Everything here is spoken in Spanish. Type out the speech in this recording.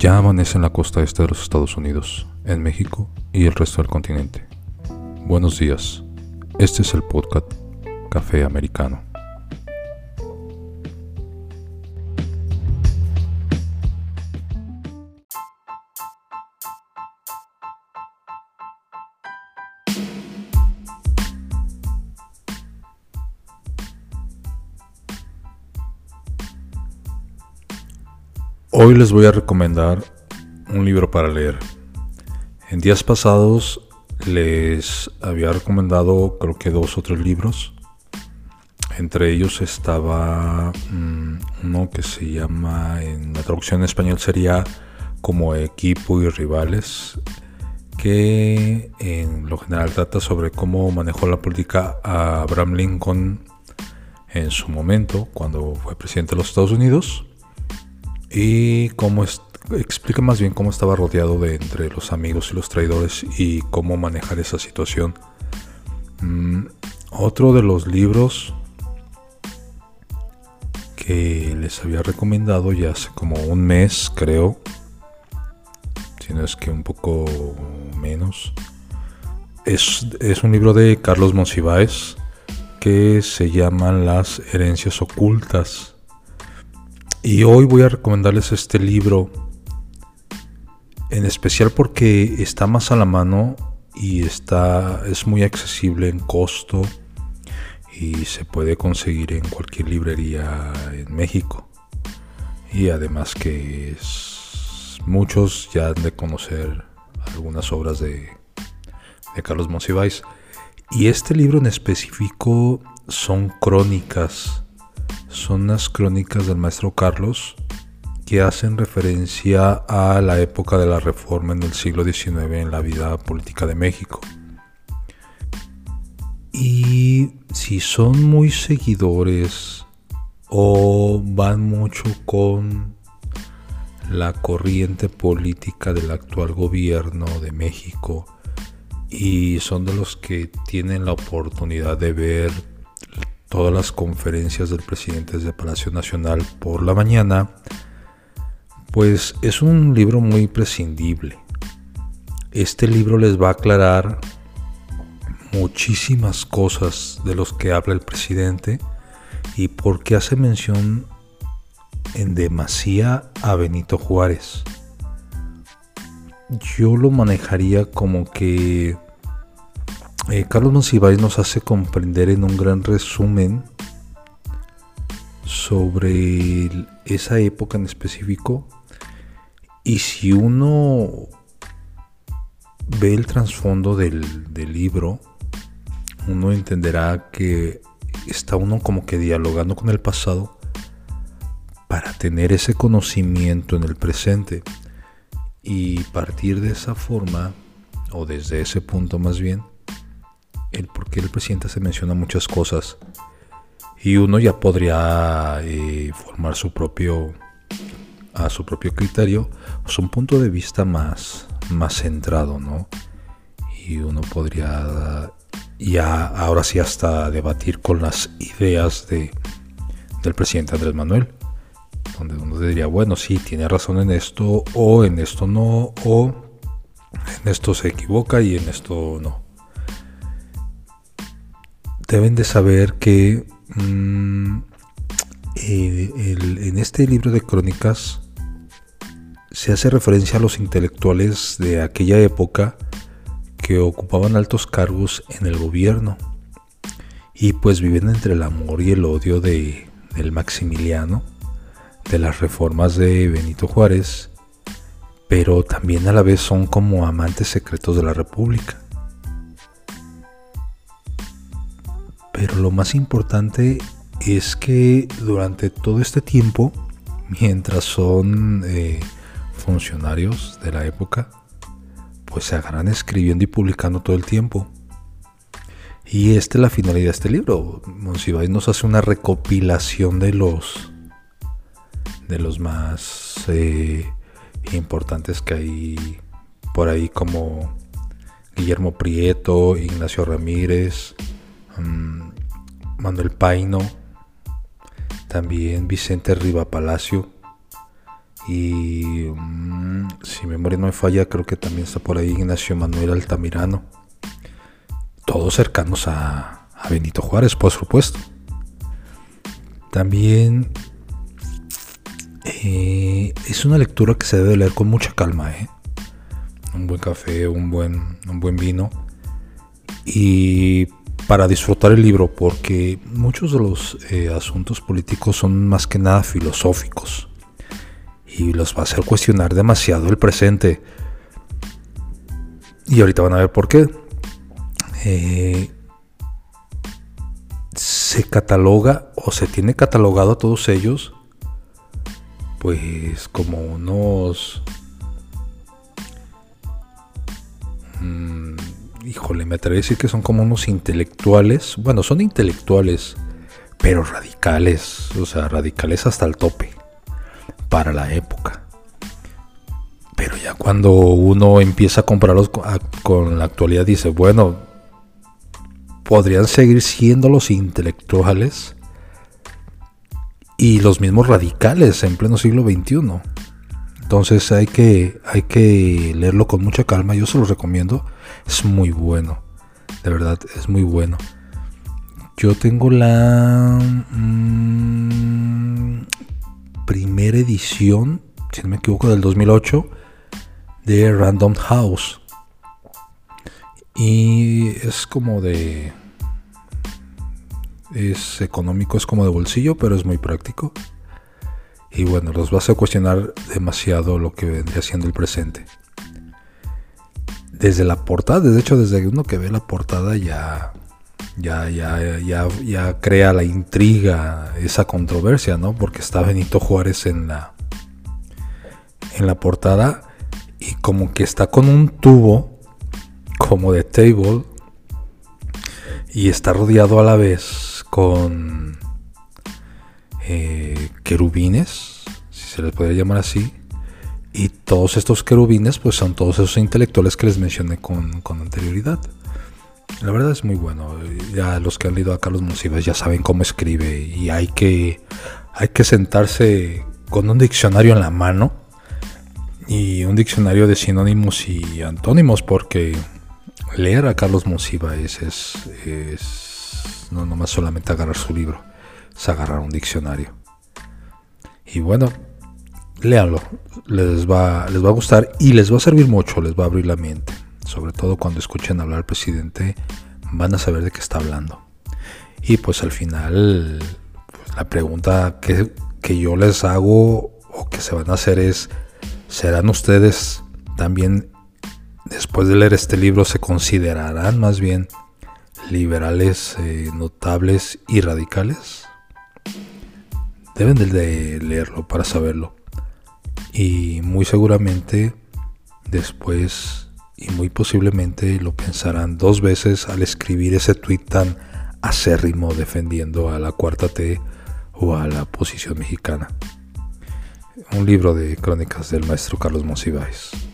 Ya amanece en la costa este de los Estados Unidos, en México y el resto del continente. Buenos días, este es el podcast Café Americano. Hoy les voy a recomendar un libro para leer. En días pasados les había recomendado creo que 2 o 3 libros. Entre ellos estaba uno que se llama, en la traducción en español sería como Equipo y Rivales, que en lo general trata sobre cómo manejó la política a Abraham Lincoln en su momento cuando fue presidente de los Estados Unidos. Y explica más bien cómo estaba rodeado de entre los amigos y los traidores y cómo manejar esa situación. Otro de los libros que les había recomendado ya hace como un mes, creo, si no es que un poco menos, es un libro de Carlos Monsiváis que se llama Las herencias ocultas. Y hoy voy a recomendarles este libro, en especial porque está más a la mano y es muy accesible en costo y se puede conseguir en cualquier librería en México. Y además que muchos ya han de conocer algunas obras de Carlos Monsiváis. Y este libro en específico son crónicas. Son las crónicas del maestro Carlos que hacen referencia a la época de la Reforma en el siglo XIX en la vida política de México. Y si son muy seguidores o van mucho con la corriente política del actual gobierno de México y son de los que tienen la oportunidad de ver todas las conferencias del presidente de Palacio Nacional por la mañana, pues es un libro muy prescindible. Este libro les va a aclarar muchísimas cosas de los que habla el presidente y por qué hace mención en demasía a Benito Juárez. Yo lo manejaría como que Carlos Monsiváis nos hace comprender en un gran resumen sobre esa época en específico, y si uno ve el trasfondo del libro, uno entenderá que está uno como que dialogando con el pasado para tener ese conocimiento en el presente y partir de esa forma, o desde ese punto más bien, el por qué el presidente se menciona muchas cosas y uno ya podría formar a su propio criterio, pues un punto de vista más centrado, ¿no? Y uno podría ya ahora sí hasta debatir con las ideas del presidente Andrés Manuel, donde uno diría, bueno, sí, tiene razón en esto, o en esto no, o en esto se equivoca y en esto no. Deben de saber que en este libro de crónicas se hace referencia a los intelectuales de aquella época que ocupaban altos cargos en el gobierno y pues viven entre el amor y el odio del Maximiliano, de las reformas de Benito Juárez, pero también a la vez son como amantes secretos de la República. Pero lo más importante es que durante todo este tiempo, mientras son funcionarios de la época, pues se agarran escribiendo y publicando todo el tiempo. Y esta es la finalidad de este libro. Monsiváis nos hace una recopilación de los más importantes que hay por ahí, como Guillermo Prieto, Ignacio Ramírez, Manuel Paino, también Vicente Riva Palacio Y si mi memoria no me falla, creo que también está por ahí Ignacio Manuel Altamirano. Todos cercanos a Benito Juárez, por supuesto. También es una lectura que se debe leer con mucha calma, un buen café, un buen vino, y para disfrutar el libro, porque muchos de los asuntos políticos son más que nada filosóficos y los va a hacer cuestionar demasiado el presente. Y ahorita van a ver por qué. Se cataloga o se tiene catalogado a todos ellos pues como unos híjole, me atrevo a decir que son como unos intelectuales. Bueno, son intelectuales, pero radicales, o sea, radicales hasta el tope para la época. Pero ya cuando uno empieza a compararlos con la actualidad, dice, bueno, podrían seguir siendo los intelectuales y los mismos radicales en pleno siglo XXI. Entonces hay que leerlo con mucha calma. Yo se los recomiendo. Es muy bueno. De verdad, es muy bueno. Yo tengo la primera edición, si no me equivoco, del 2008 de Random House. Y es como es económico, es como de bolsillo, pero es muy práctico. Y bueno, los vas a cuestionar demasiado lo que vendría siendo el presente. Desde la portada, de hecho, desde uno que ve la portada ya crea la intriga, esa controversia, ¿no? Porque está Benito Juárez en la portada y como que está con un tubo como de table y está rodeado a la vez con querubines, si se les podría llamar así, y todos estos querubines pues son todos esos intelectuales que les mencioné con anterioridad. La verdad es muy bueno. Ya los que han leído a Carlos Monsiváis ya saben cómo escribe y hay que sentarse con un diccionario en la mano y un diccionario de sinónimos y antónimos, porque leer a Carlos Monsiváis es no nomás solamente agarrar su libro, es agarrar un diccionario. Y bueno, léanlo, les va a gustar y les va a servir mucho, les va a abrir la mente. Sobre todo cuando escuchen hablar al presidente, van a saber de qué está hablando. Y pues al final, pues, la pregunta que yo les hago o que se van a hacer es, ¿serán ustedes también, después de leer este libro, se considerarán más bien liberales, notables y radicales? Deben de leerlo para saberlo. Y muy seguramente después y muy posiblemente lo pensarán dos veces al escribir ese tuit tan acérrimo defendiendo a la Cuarta T o a la oposición mexicana. Un libro de crónicas del maestro Carlos Monsiváis.